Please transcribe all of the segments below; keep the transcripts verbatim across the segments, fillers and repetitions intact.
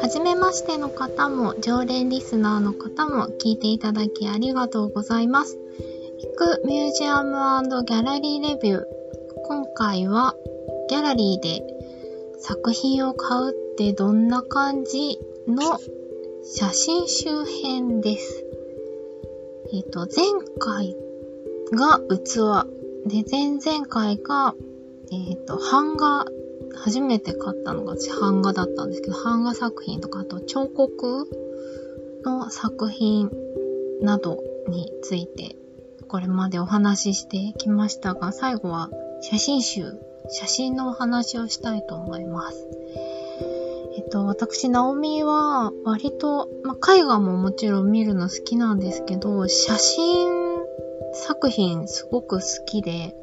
はじめましての方も常連リスナーの方も聞いていただきありがとうございます。聞くミュージアム&ギャラリーレビュー。今回はギャラリーで作品を買うってどんな感じの写真集編です。えっと、前回が器で、前々回が、えっと、版画、初めて買ったのが版画だったんですけど、版画作品とか、あと彫刻の作品などについて、これまでお話ししてきましたが、最後は写真集、写真のお話をしたいと思います。えっと、私、ナオミは、割と、まあ、絵画ももちろん見るの好きなんですけど、写真作品すごく好きで、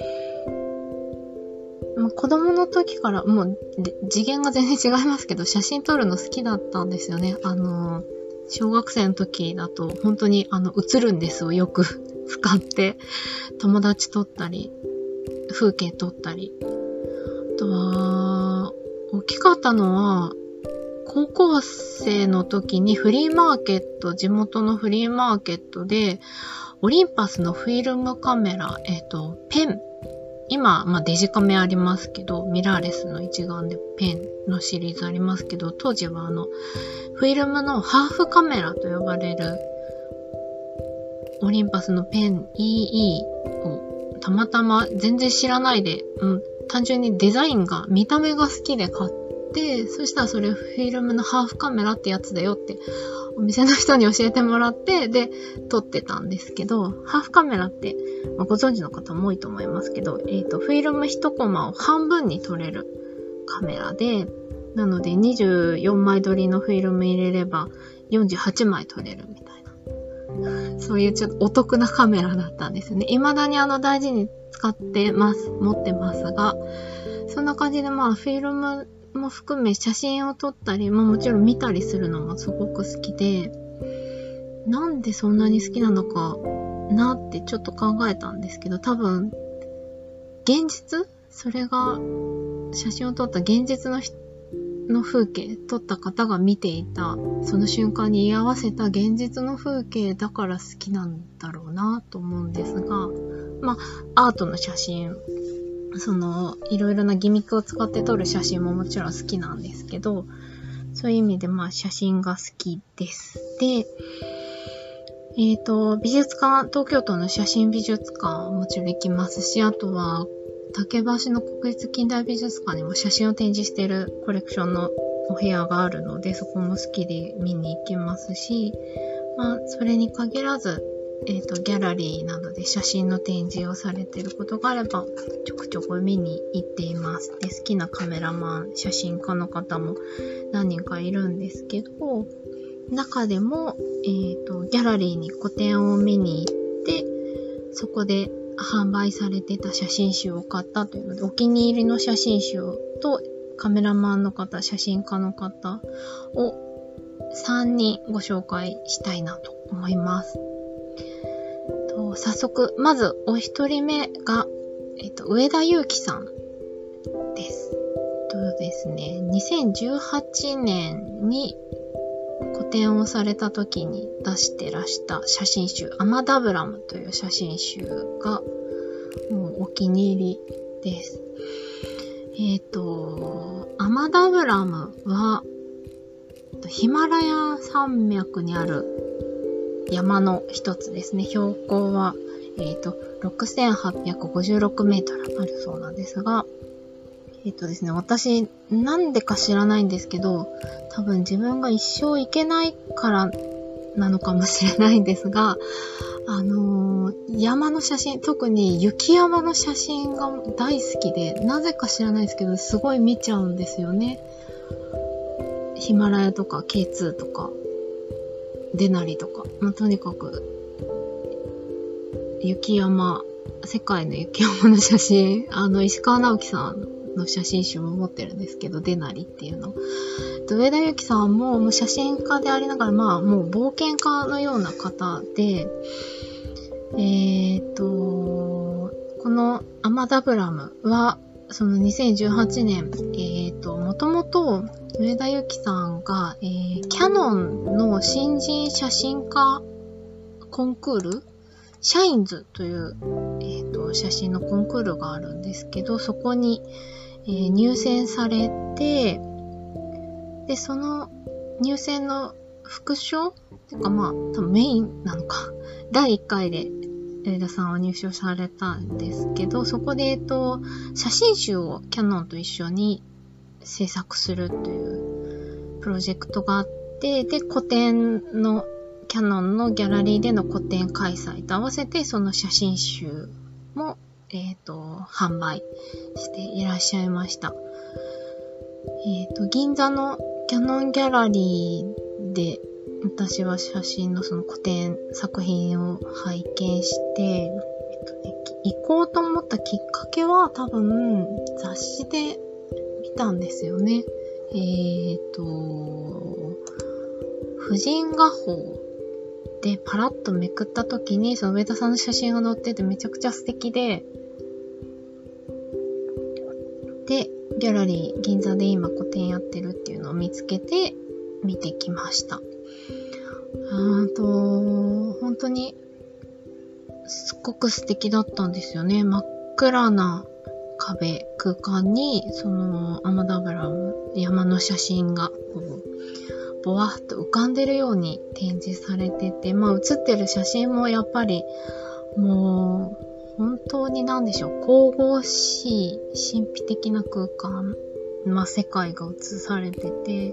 まあ、子供の時から、もう、次元が全然違いますけど、写真撮るの好きだったんですよね。あの、小学生の時だと、本当に、あの、映るんですよ。よく使って、友達撮ったり、風景撮ったり。あとは、大きかったのは、高校生の時にフリーマーケット、地元のフリーマーケットで、オリンパスのフィルムカメラ、えっと、ペン、今、まあ、デジカメありますけど、ミラーレスの一眼でペンのシリーズありますけど、当時はあの、フィルムのハーフカメラと呼ばれる、オリンパスのペン イーイー をたまたま全然知らないで、うん、単純にデザインが、見た目が好きで買って、そしたらそれフィルムのハーフカメラってやつだよってお店の人に教えてもらって、で、撮ってたんですけど、ハーフカメラって、まあ、ご存知の方も多いと思いますけど、えっと、フィルム一コマを半分に撮れるカメラで、なのでにじゅうよんまい撮りのフィルム入れればよんじゅうはちまい撮れるみたいな。そういうちょっとお得なカメラだったんですよね。未だにあの大事に使ってます、持ってますが、そんな感じでまあフィルムも含め写真を撮ったり、まあもちろん見たりするのもすごく好きで、なんでそんなに好きなのかなってちょっと考えたんですけど、多分、現実それが写真を撮った現実のの風景、撮った方が見ていた、その瞬間に居合わせた現実の風景だから好きなんだろうなと思うんですが、まあ、アートの写真、その、いろいろなギミックを使って撮る写真ももちろん好きなんですけど、そういう意味でまあ写真が好きです。で、えっと、美術館、東京都の写真美術館はもちろん行きますし、あとは、竹橋の国立近代美術館にも写真を展示しているコレクションのお部屋があるので、そこも好きで見に行きますし、まあ、それに限らず、えっと、ギャラリーなどで写真の展示をされていることがあれば、ちょくちょく見に行っています。で、好きなカメラマン、写真家の方も何人かいるんですけど、中でも、えっと、ギャラリーに個展を見に行って、そこで販売されてた写真集を買ったというので、お気に入りの写真集とカメラマンの方、写真家の方をさんにんご紹介したいなと思います。と早速、まずお一人目が、えっと、上田祐樹さんです。とですね、にせんじゅうはちねんに個展をされた時に出してらした写真集、アマダブラムという写真集がもうお気に入りです。えっと、アマダブラムはヒマラヤ山脈にある山の一つですね。標高は、えっと、ろくせんはっぴゃくごじゅうろくメートルあるそうなんですが、えっとですね、私、なんでか知らないんですけど、多分自分が一生行けないからなのかもしれないんですが、あのー、山の写真、特に雪山の写真が大好きで、なぜか知らないですけど、すごい見ちゃうんですよね。ヒマラヤとか ケーツー とか、デナリとか、まあ、とにかく、雪山、世界の雪山の写真、あの、石川直樹さんの写真集も持ってるんですけど、デナリっていうの。上田祐樹さんも、もう写真家でありながら、まあ、もう冒険家のような方で、えっと、このアマダブラムは、そのにせんじゅうはちねん、えっっと、もともと、上田由紀さんが、えー、キャノンの新人写真家コンクールシャインズという、えっと、写真のコンクールがあるんですけど、そこに、えー、入選されて、で、その入選の副賞っていうかまあ、多分メインなのか。だいいっかいで、上田さんは入賞されたんですけど、そこで、えっと、写真集をキャノンと一緒に制作するというプロジェクトがあって、で、個展の、キャノンのギャラリーでの個展開催と合わせて、その写真集も、えっと、販売していらっしゃいました。えっと、銀座のキャノンギャラリーで、私は写真のその個展作品を拝見して、えっとね、行こうと思ったきっかけは多分雑誌で見たんですよね。えっと、婦人画報でパラッとめくった時にその上田さんの写真が載っててめちゃくちゃ素敵で、で、ギャラリー銀座で今個展やってるっていうのを見つけて見てきました。あと、本当にすっごく素敵だったんですよね。真っ暗な壁、空間にそのアマダブラム、山の写真がこうぼわっと浮かんでるように展示されてて、まあ写ってる写真もやっぱりもう本当に何でしょう、神々しい神秘的な空間、まあ世界が映されてて、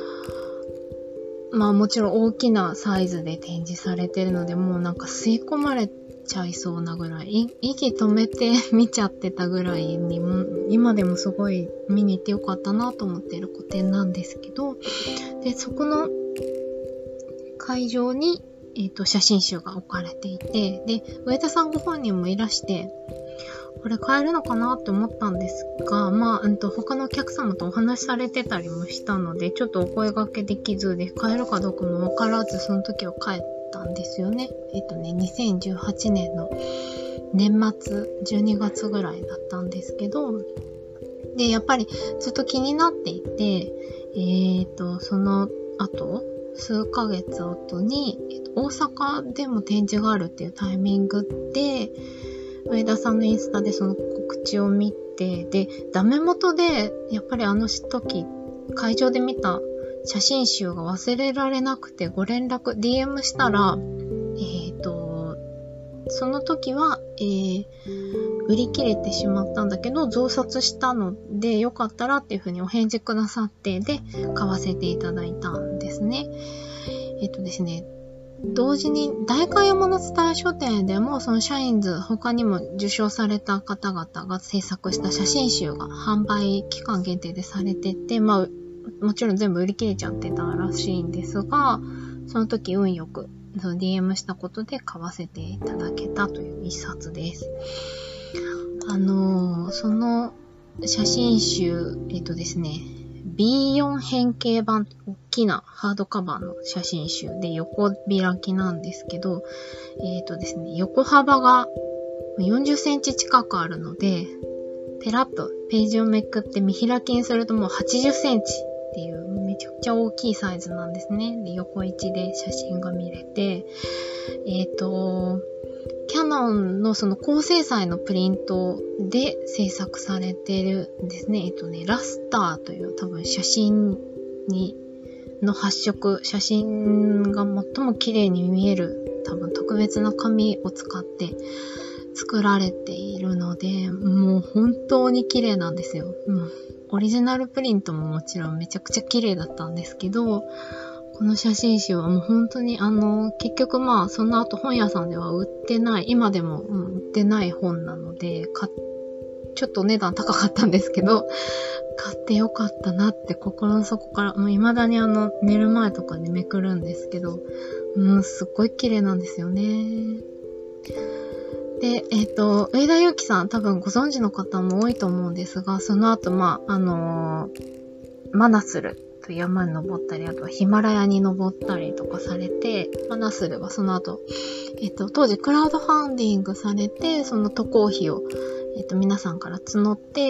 まあもちろん大きなサイズで展示されてるので、もうなんか吸い込まれちゃいそうなぐらい、息止めて見ちゃってたぐらいにも、今でもすごい見に行ってよかったなと思っている個展なんですけど、で、そこの会場に、えっと、写真集が置かれていて、で、上田さんご本人もいらして、これ買えるのかなって思ったんですが、まあ、うんと、他のお客様とお話しされてたりもしたので、ちょっとお声掛けできずで、買えるかどうかもわからず、その時は帰ったんですよね。えっとね、にせんじゅうはちねんの年末、じゅうにがつぐらいだったんですけど、で、やっぱりずっと気になっていて、えっと、その後、数ヶ月後に、えっと、大阪でも展示があるっていうタイミングで、上田さんのインスタでその告知を見て、で、ダメ元で、やっぱりあの時、会場で見た写真集が忘れられなくて、ご連絡、ディーエム したら、えっと、その時は、えー、売り切れてしまったんだけど、増刷したので、よかったらっていうふうにお返事くださって、で、買わせていただいたんですね。えっとですね、同時に代官山の蔦屋書店でもそのシャインズ他にも受賞された方々が制作した写真集が販売期間限定でされてて、まあもちろん全部売り切れちゃってたらしいんですが、その時運よくその ディーエム したことで買わせていただけたという一冊です。あのー、その写真集、えっとですね、ビーよん 変形版、大きなハードカバーの写真集で横開きなんですけど、えっとですね、横幅がよんじゅっセンチ近くあるので、ペラッとページをめくって見開きにするともうはちじゅっセンチっていうめちゃくちゃ大きいサイズなんですね。で、横一で写真が見れて、えっと、キャノンのその高精細のプリントで制作されてるんですね。えっとね、ラスターという多分写真に、の発色、写真が最も綺麗に見える多分特別な紙を使って作られているので、もう本当に綺麗なんですよ。うん、オリジナルプリントももちろんめちゃくちゃ綺麗だったんですけど、この写真集はもう本当にあの、結局まあその後本屋さんでは売ってない、今でも、うん、売ってない本なので、かちょっとお値段高かったんですけど、買ってよかったなって心の底から、もう未だにあの、寝る前とかにめくるんですけど、うん、すっごい綺麗なんですよね。で、えっと、上田由紀さん多分ご存知の方も多いと思うんですが、その後まあ、あのー、マナスル、山に登ったり、あとはヒマラヤに登ったりとかされて、マナスルはその後、えっと、当時クラウドファンディングされて、その渡航費を、えっと、皆さんから募って、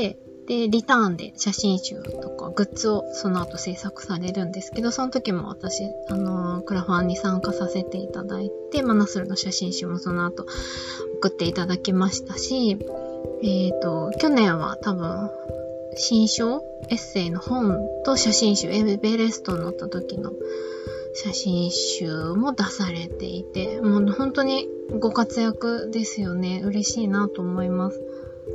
で、リターンで写真集とかグッズをその後制作されるんですけど、その時も私、あのー、クラファンに参加させていただいて、まあ、ナスルの写真集もその後送っていただきましたし、えっと、去年は多分、新書エッセイの本と写真集、エベレストに乗った時の写真集も出されていて、もう本当にご活躍ですよね。嬉しいなと思います。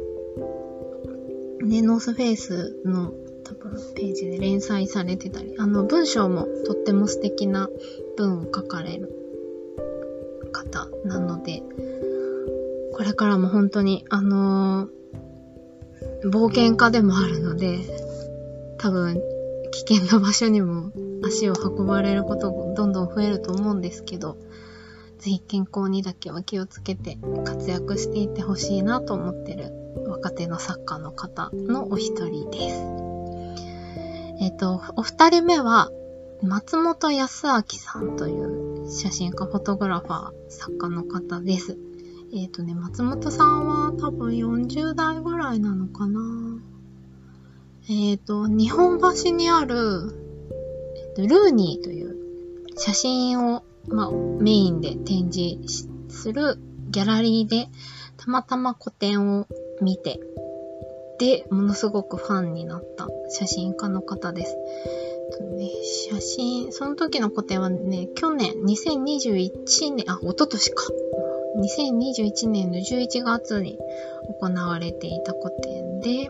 で、ノースフェイスの多分ページで連載されてたり、あの文章もとっても素敵な文を書かれる方なので、これからも本当にあのー、冒険家でもあるので、多分危険な場所にも足を運ばれることがどんどん増えると思うんですけど、ぜひ健康にだけは気をつけて活躍していってほしいなと思ってる若手の作家の方のお一人です。えっと、お二人目は松本康明さんという写真家、フォトグラファー、作家の方です。えっとね、松本さんは多分よんじゅう代ぐらいなのかな。えっと、日本橋にある、えっと、ルーニーという写真を、まあ、メインで展示するギャラリーでたまたま個展を見て、で、ものすごくファンになった写真家の方です。とね、写真、その時の個展はね、去年、にせんにじゅういちねん、あ、一昨年か。にせんにじゅういちねんのじゅういちがつに行われていた個展で、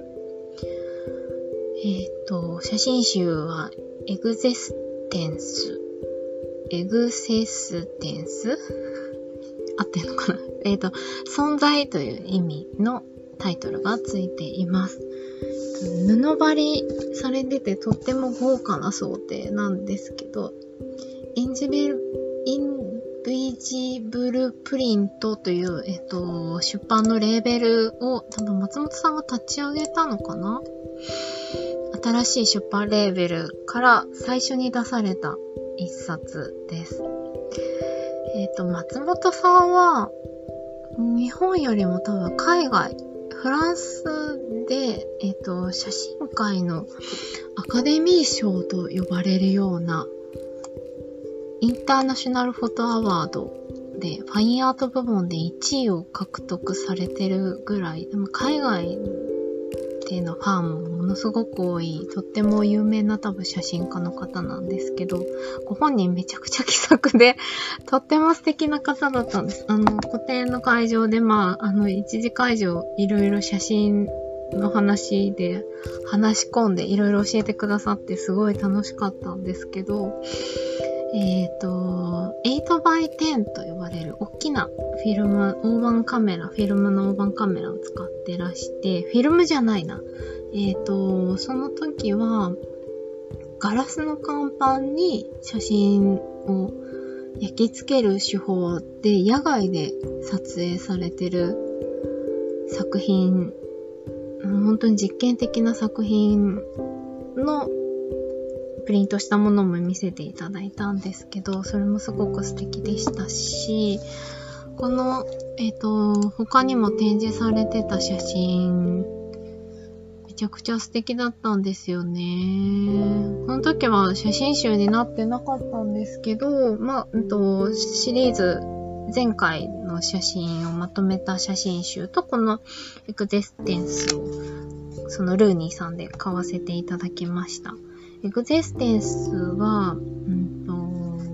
えっと、写真集はエグゼステンス、エグセステンス合ってんのかなえっと、存在という意味のタイトルがついています。布張りされててとっても豪華な装丁なんですけど、インジベル、インビジブルプリントという、えっと、出版のレーベルを多分松本さんが立ち上げたのかな。新しい出版レーベルから最初に出された一冊です。えっと、松本さんは日本よりも多分海外、フランスで、えっと、写真界のアカデミー賞と呼ばれるようなインターナショナルフォトアワードでファインアート部門でいちいを獲得されてるぐらい、でも海外でのファンもものすごく多い、とっても有名な多分写真家の方なんですけど、ご本人めちゃくちゃ気さくで、とっても素敵な方だったんです。あの、個展の会場で、まあ、あの、一時会場、いろいろ写真の話で話し込んで、いろいろ教えてくださってすごい楽しかったんですけど、えっと、エイトバイテン と呼ばれる大きなフィルム、大判カメラ、フィルムの大判カメラを使ってらして、フィルムじゃないな。えっと、その時は、ガラスの甲板に写真を焼き付ける手法で野外で撮影されてる作品、本当に実験的な作品のプリントしたものも見せていただいたんですけど、それもすごく素敵でしたし、この、えっと、他にも展示されてた写真、めちゃくちゃ素敵だったんですよね。この時は写真集になってなかったんですけど、まあ、うんと、シリーズ、前回の写真をまとめた写真集と、このエクゼステンスを、そのルーニーさんで買わせていただきました。エグゼステンスは、うんと、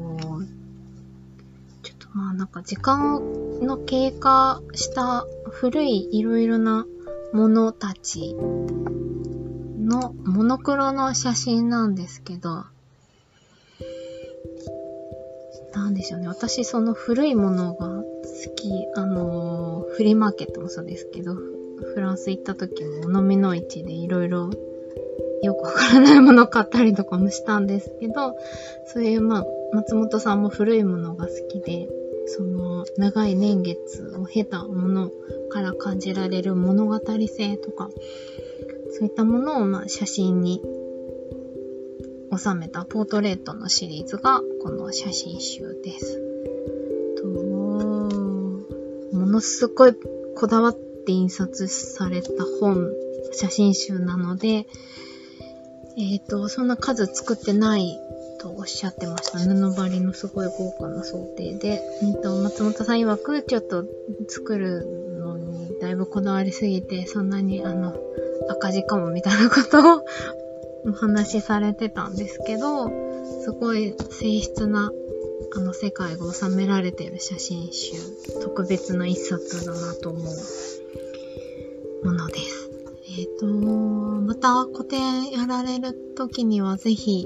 ちょっとまあなんか時間の経過した古いいろいろなものたちのモノクロの写真なんですけど、なんでしょうね。私その古いものが好き。あのー、フリーマーケットもそうですけど、フランス行った時も尾道市でいろいろよくわからないものを買ったりとかもしたんですけど、そういうまあ松本さんも古いものが好きで、その長い年月を経たものから感じられる物語性とか、そういったものをまあ写真に収めたポートレートのシリーズがこの写真集です。とものすごいこだわって印刷された本写真集なので、えっと、そんな数作ってないとおっしゃってました。布張りのすごい豪華な想定で。えっと、松本さん曰く、ちょっと作るのにだいぶこだわりすぎて、そんなにあの、赤字かもみたいなことをお話しされてたんですけど、すごい静筆なあの世界が収められている写真集、特別な一冊だなと思うものです。えっと、また個展やられる時にはぜひ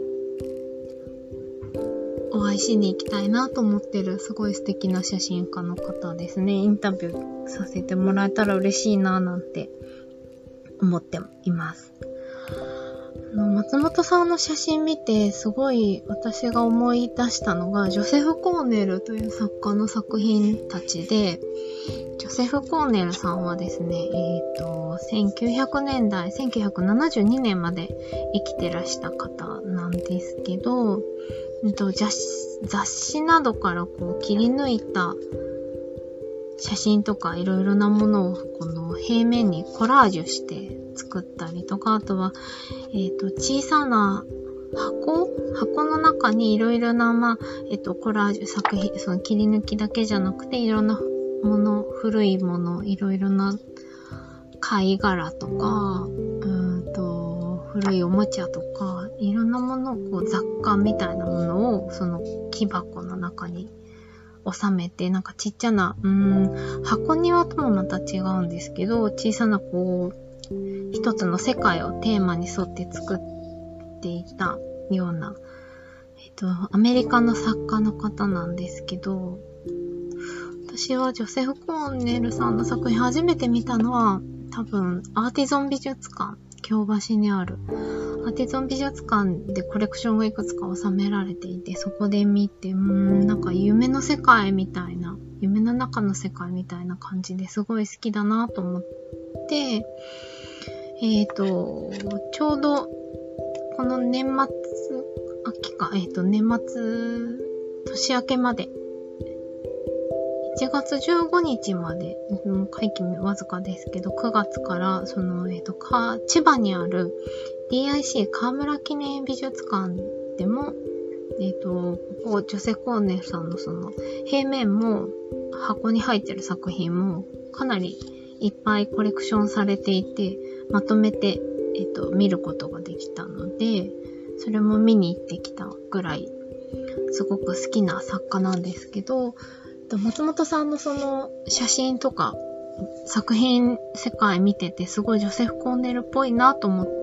お会いしに行きたいなと思ってるすごい素敵な写真家の方ですね。インタビューさせてもらえたら嬉しいななんて思っています。あの松本さんの写真見てすごい私が思い出したのがジョセフ・コーネルという作家の作品たちで、ジョセフ・コーネルさんはですね、えっと、せんきゅうひゃくねんだい、せんきゅうひゃくななじゅうにねんまで生きてらした方なんですけど、えっと、雑誌などからこう切り抜いた写真とかいろいろなものをこの平面にコラージュして作ったりとか、あとは、えっと、小さな箱箱の中にいろいろな、まあ、えっと、コラージュ作品、その切り抜きだけじゃなくていろんなもの、古いもの、いろいろな貝殻とか、うーんと、古いおもちゃとか、いろんなものをこう雑貨みたいなものをその木箱の中に収めて、なんかちっちゃな、うーん、箱庭ともまた違うんですけど、小さなこう、一つの世界をテーマに沿って作っていたような、えっと、アメリカの作家の方なんですけど、私はジョセフ・コーネルさんの作品初めて見たのは、多分、アーティゾン美術館、京橋にある、アーティゾン美術館でコレクションがいくつか収められていて、そこで見て、うーん、なんか夢の世界みたいな、夢の中の世界みたいな感じですごい好きだなと思って、えっと、ちょうど、この年末、秋か、えっと、年末、年明けまで、いちがつじゅうごにちまで、会期わずかですけど、くがつから、その、えっと、か、千葉にある ディーアイシー 河村記念美術館でも、えっと、ここ、ジョセフ・コーネルさんのその、平面も、箱に入ってる作品も、かなりいっぱいコレクションされていて、まとめて、えっと、見ることができたので、それも見に行ってきたぐらい、すごく好きな作家なんですけど、松本さんのその写真とか作品世界見ててすごいジョセフ・コーネルっぽいなと思って、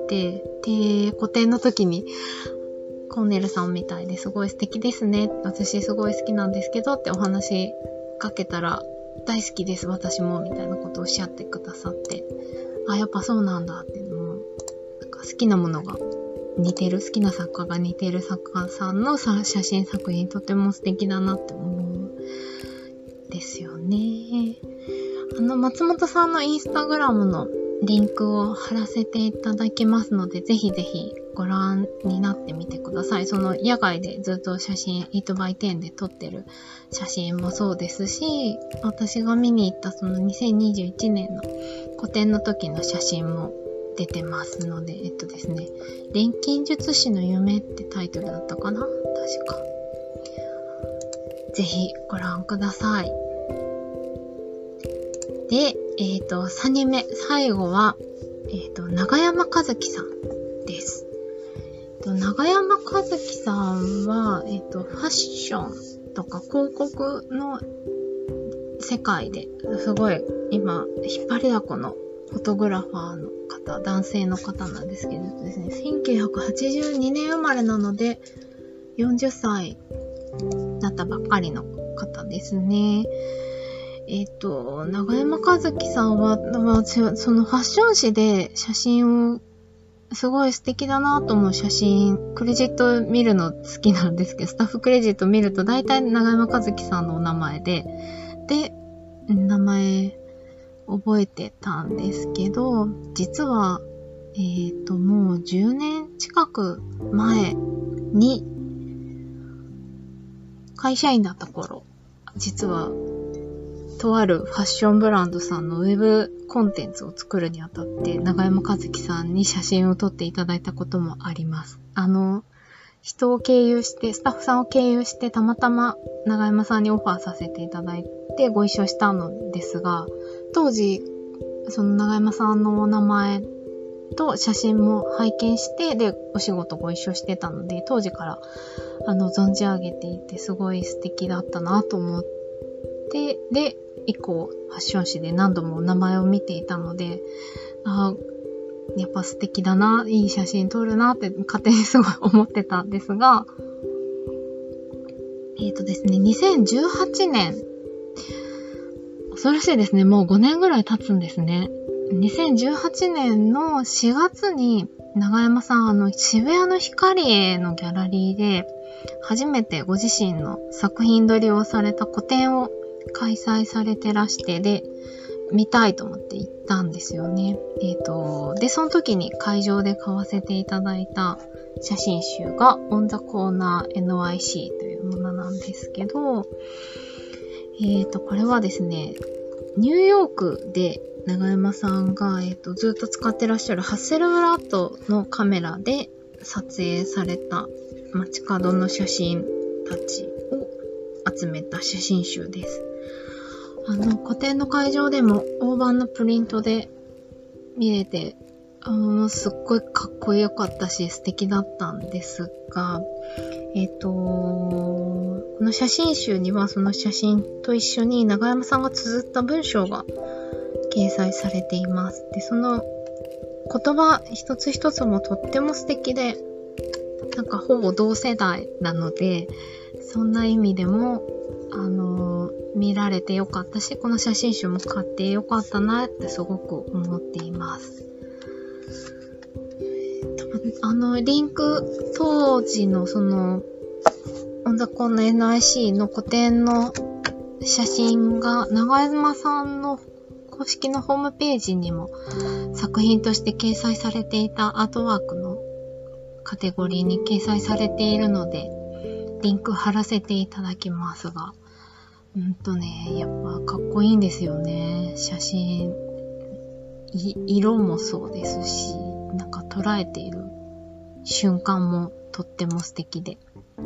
で、個展の時にコーネルさんみたいですごい素敵ですね。私すごい好きなんですけどってお話しかけたら大好きです私もみたいなことをおっしゃってくださって、あ、やっぱそうなんだっていうのも、なんか好きなものが似てる、好きな作家が似てる作家さんの写真作品とても素敵だなって思う。ですよね。あの、松本さんのインスタグラムのリンクを貼らせていただきますので、ぜひぜひご覧になってみてください。その野外でずっと写真、エイトバイテン で撮ってる写真もそうですし、私が見に行ったそのにせんにじゅういちねんの個展の時の写真も出てますので、えっとですね、錬金術師の夢ってタイトルだったかな？確か。ぜひご覧ください。で、えっと、さんにんめ、最後は、えっと、永山和樹さんです。えっと、永山和樹さんは、えっと、ファッションとか広告の世界ですごい今、引っ張りだこのフォトグラファーの方、男性の方なんですけどですね、せんきゅうひゃくはちじゅうにねん生まれなので、よんじゅっさいだったばっかりの方ですね。えっと、永山和樹さんは、そのファッション誌で写真を、すごい素敵だなと思う写真、クレジット見るの好きなんですけど、スタッフクレジット見ると大体永山和樹さんのお名前で、で、名前覚えてたんですけど、実は、えっと、もうじゅうねん近く前に、会社員だった頃、実はとあるファッションブランドさんのウェブコンテンツを作るにあたって、永山和樹さんに写真を撮っていただいたこともあります。あの、人を経由して、スタッフさんを経由して、たまたま永山さんにオファーさせていただいてご一緒したのですが、当時、その永山さんのお名前と写真も拝見して、で、お仕事ご一緒してたので、当時から、あの、存じ上げていて、すごい素敵だったなと思って、で、以降、ファッション誌で何度もお名前を見ていたので、あやっぱ素敵だな、いい写真撮るなって勝手にすごい思ってたんですが、えっとですね、にせんじゅうはちねん、恐ろしいですね、もうごねんぐらい経つんですね。にせんじゅうはちねんのしがつに永山さん、あの、渋谷のヒカリエのギャラリーで、初めてご自身の作品撮りをされた個展を開催されてらして、で、見たいと思って行ったんですよね。えっと、で、その時に会場で買わせていただいた写真集が On the Corner エヌワイシー というものなんですけど、えっと、これはですね、ニューヨークで永山さんが、えっと、ずっと使ってらっしゃるハッセルブラッドのカメラで撮影された街角の写真たちを集めた写真集です。あの、個展の会場でも大判のプリントで見れて、あの、すっごいかっこよかったし素敵だったんですが、えっと、この写真集にはその写真と一緒に永山さんが綴った文章が掲載されています。で、その言葉一つ一つもとっても素敵で、なんかほぼ同世代なので、そんな意味でも、あの、見られてよかったし、この写真集も買ってよかったなってすごく思っています。あの、リンク、当時のその、オンザコンの エヌアイシー の個展の写真が、永山さんの公式のホームページにも作品として掲載されていたアートワークのカテゴリーに掲載されているので、リンク貼らせていただきますが、うんとね、やっぱかっこいいんですよね。写真、色もそうですし、なんか捉えている瞬間もとっても素敵で。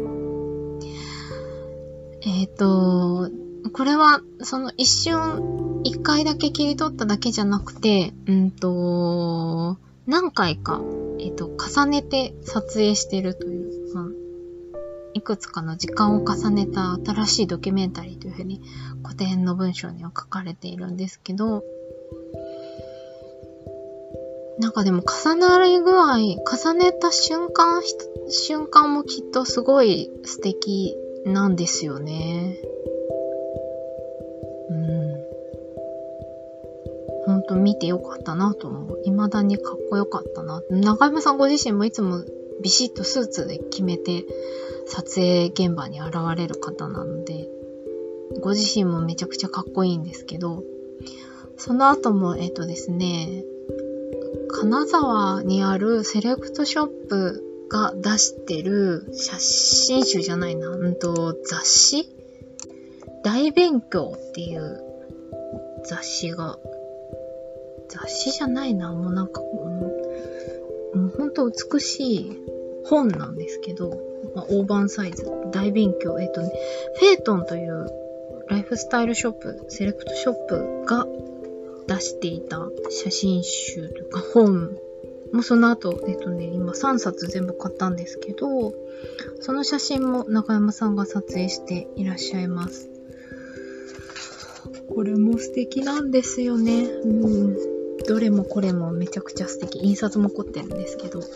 えっと、これはその一瞬一回だけ切り取っただけじゃなくて、うんと、何回か、えっと、重ねて撮影しているという、まあ、いくつかの時間を重ねた新しいドキュメンタリーというふうに個展の文章には書かれているんですけど、なんかでも重なり具合、重ねた瞬間、瞬間もきっとすごい素敵なんですよね。うん。ほんと見てよかったなと思う。未だにかっこよかったな。中山さんご自身もいつもビシッとスーツで決めて撮影現場に現れる方なので、ご自身もめちゃくちゃかっこいいんですけど、その後も、えっとですね、金沢にあるセレクトショップが出してる写真集じゃないな、うんと雑誌大勉強っていう雑誌が、雑誌じゃないな、もうなんか、もう、もうほんと美しい本なんですけど、まあ、大判サイズ、大勉強、えっとね、フェイトンというライフスタイルショップ、セレクトショップが出していた写真集というか本もその後、えっとね、今さんさつ全部買ったんですけど、その写真も中山さんが撮影していらっしゃいます。これも素敵なんですよね。うん。どれもこれもめちゃくちゃ素敵。印刷も凝ってるんですけど。で、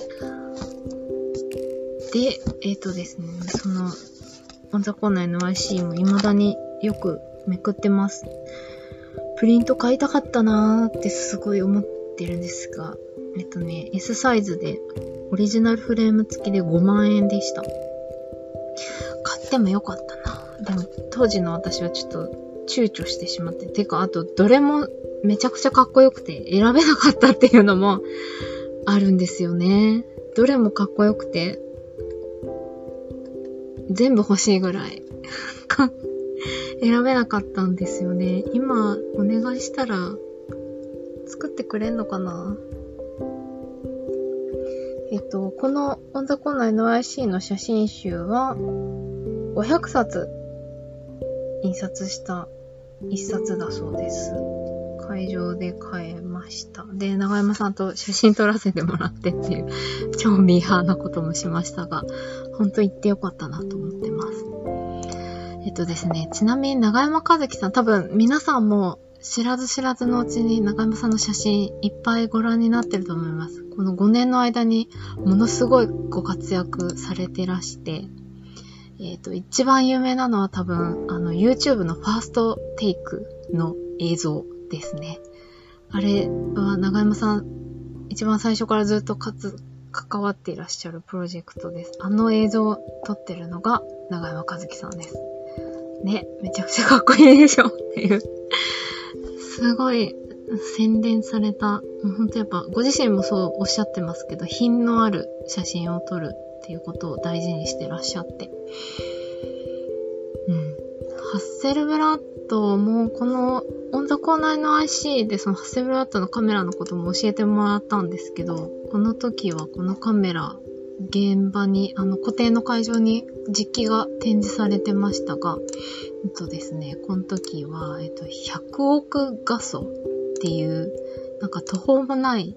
えっとですね、その、オンザコーナー エヌワイシー も未だによくめくってます。プリント買いたかったなーってすごい思ってるんですが、えっとね、S サイズでオリジナルフレーム付きでごまんえんでした。買ってもよかったな。でも当時の私はちょっと躊躇してしまって、てかあとどれもめちゃくちゃかっこよくて選べなかったっていうのもあるんですよね。どれもかっこよくて全部欲しいぐらい選べなかったんですよね。今お願いしたら作ってくれんのかな。えっと、このオンザコーナー エヌワイシー の写真集はごひゃくさつ印刷した一冊だそうです。会場で買えました。で、長山さんと写真撮らせてもらってっていう超ミーハーなこともしましたが、本当行ってよかったなと思ってます。えっとですね、ちなみに長山和樹さん、多分皆さんも知らず知らずのうちに長山さんの写真いっぱいご覧になってると思います。このごねんの間にものすごいご活躍されてらして、えっと、一番有名なのは多分、あの、YouTube のファーストテイクの映像ですね。あれは長山さん、一番最初からずっとかつ関わっていらっしゃるプロジェクトです。あの映像を撮ってるのが長山和樹さんです。ね、めちゃくちゃかっこいいでしょっていう。すごい洗練された、ほんとやっぱご自身もそうおっしゃってますけど、品のある写真を撮るっていうことを大事にしてらっしゃって。うん。ハッセルブラッドもこのオンザコーナー エヌアイシー でそのハッセルブラッドのカメラのことも教えてもらったんですけど、この時はこのカメラ、現場に、あの、固定の会場に実機が展示されてましたが、えっとですね、この時は、えっと、ひゃくおく画素っていう、なんか途方もない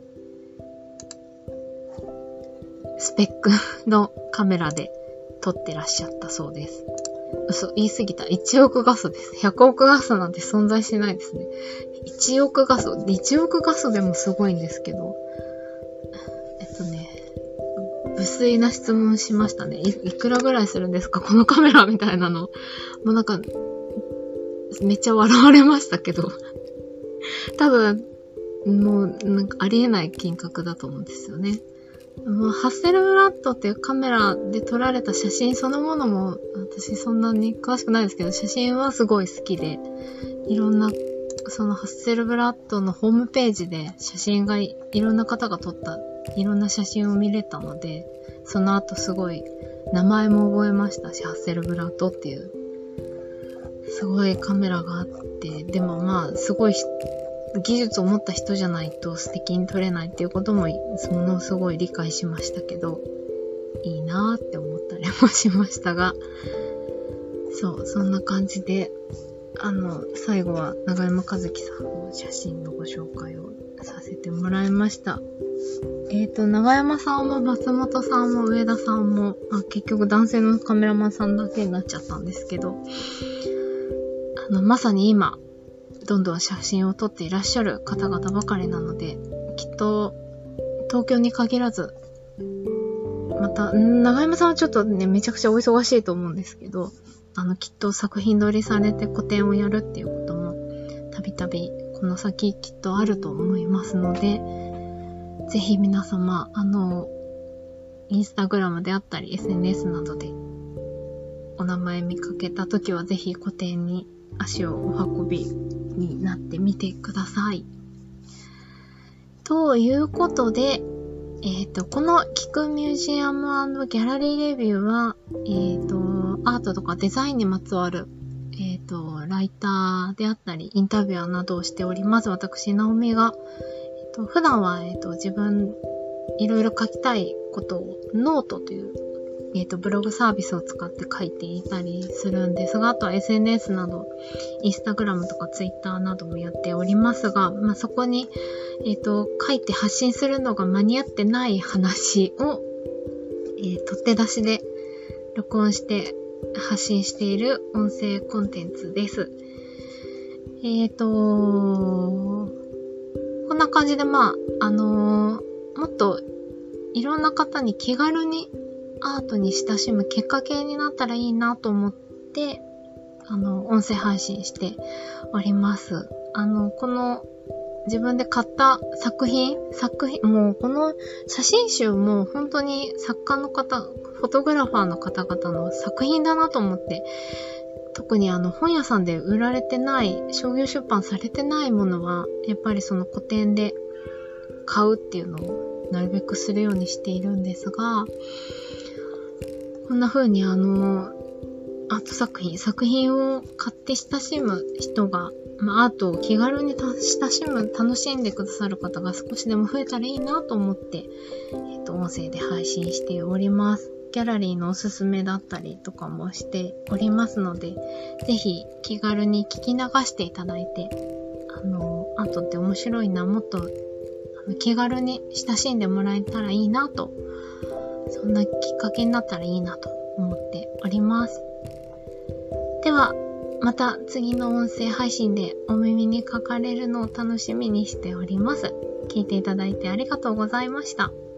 スペックのカメラで撮ってらっしゃったそうです。嘘、言い過ぎた。いちおく画素です。ひゃくおく画素なんて存在しないですね。いちおく画素。いちおく画素でもすごいんですけど、えっとね、無粋な質問しましたね。い, いくらぐらいするんですかこのカメラみたいなの。もうなんか、めっちゃ笑われましたけど。多分、もうなんかありえない金額だと思うんですよね。もうハッセルブラッドっていうカメラで撮られた写真そのものも私そんなに詳しくないですけど、写真はすごい好きで、いろんなそのハッセルブラッドのホームページで写真が い, いろんな方が撮ったいろんな写真を見れたので、その後すごい名前も覚えましたし、ハッセルブラッドっていうすごいカメラがあって、でもまあすごい技術を持った人じゃないと素敵に撮れないっていうこともものすごい理解しましたけど、いいなーって思ったりもしましたが、そう、そんな感じで、あの、最後は長山和樹さんの写真のご紹介をさせてもらいました。えっと、長山さんも松本さんも上田さんも、あ、結局男性のカメラマンさんだけになっちゃったんですけど、あの、まさに今、どんどん写真を撮っていらっしゃる方々ばかりなので、きっと東京に限らず、また長山さんはちょっとねめちゃくちゃお忙しいと思うんですけど、あのきっと作品撮りされて個展をやるっていうこともたびたびこの先きっとあると思いますので、ぜひ皆様あのインスタグラムであったり エスエヌエス などでお名前見かけたときはぜひ個展に足をお運びになってみてください。ということで、えっと、この聞くミュージアム&ギャラリーレビューは、えっと、アートとかデザインにまつわる、えっと、ライターであったり、インタビュアーなどをしております。私、ナオミが、えっと、普段は、えっと、自分、いろいろ書きたいことを、ノートという、えっと、ブログサービスを使って書いていたりするんですが、あとは エスエヌエス など、インスタグラムとかツイッターなどもやっておりますが、まあ、そこに、えっと、書いて発信するのが間に合ってない話を、えー、取って出しで録音して発信している音声コンテンツです。えっと、こんな感じで、まあ、あのー、もっといろんな方に気軽にアートに親しむきっかけになったらいいなと思って、あの、音声配信しております。あの、この自分で買った作品、作品、もうこの写真集も本当に作家の方、フォトグラファーの方々の作品だなと思って、特にあの本屋さんで売られてない、商業出版されてないものは、やっぱりその個展で買うっていうのをなるべくするようにしているんですが、こんな風にあの、 アート作品、作品を買って親しむ人が、まあ、アートを気軽に親しむ、楽しんでくださる方が少しでも増えたらいいなと思って、えっと、音声で配信しております。ギャラリーのおすすめだったりとかもしておりますので、ぜひ気軽に聞き流していただいて、あの、アートって面白いな、もっとあの気軽に親しんでもらえたらいいなと、そんなきっかけになったらいいなと思っております。では、また次の音声配信でお耳にかかれるのを楽しみにしております。聞いていただいてありがとうございました。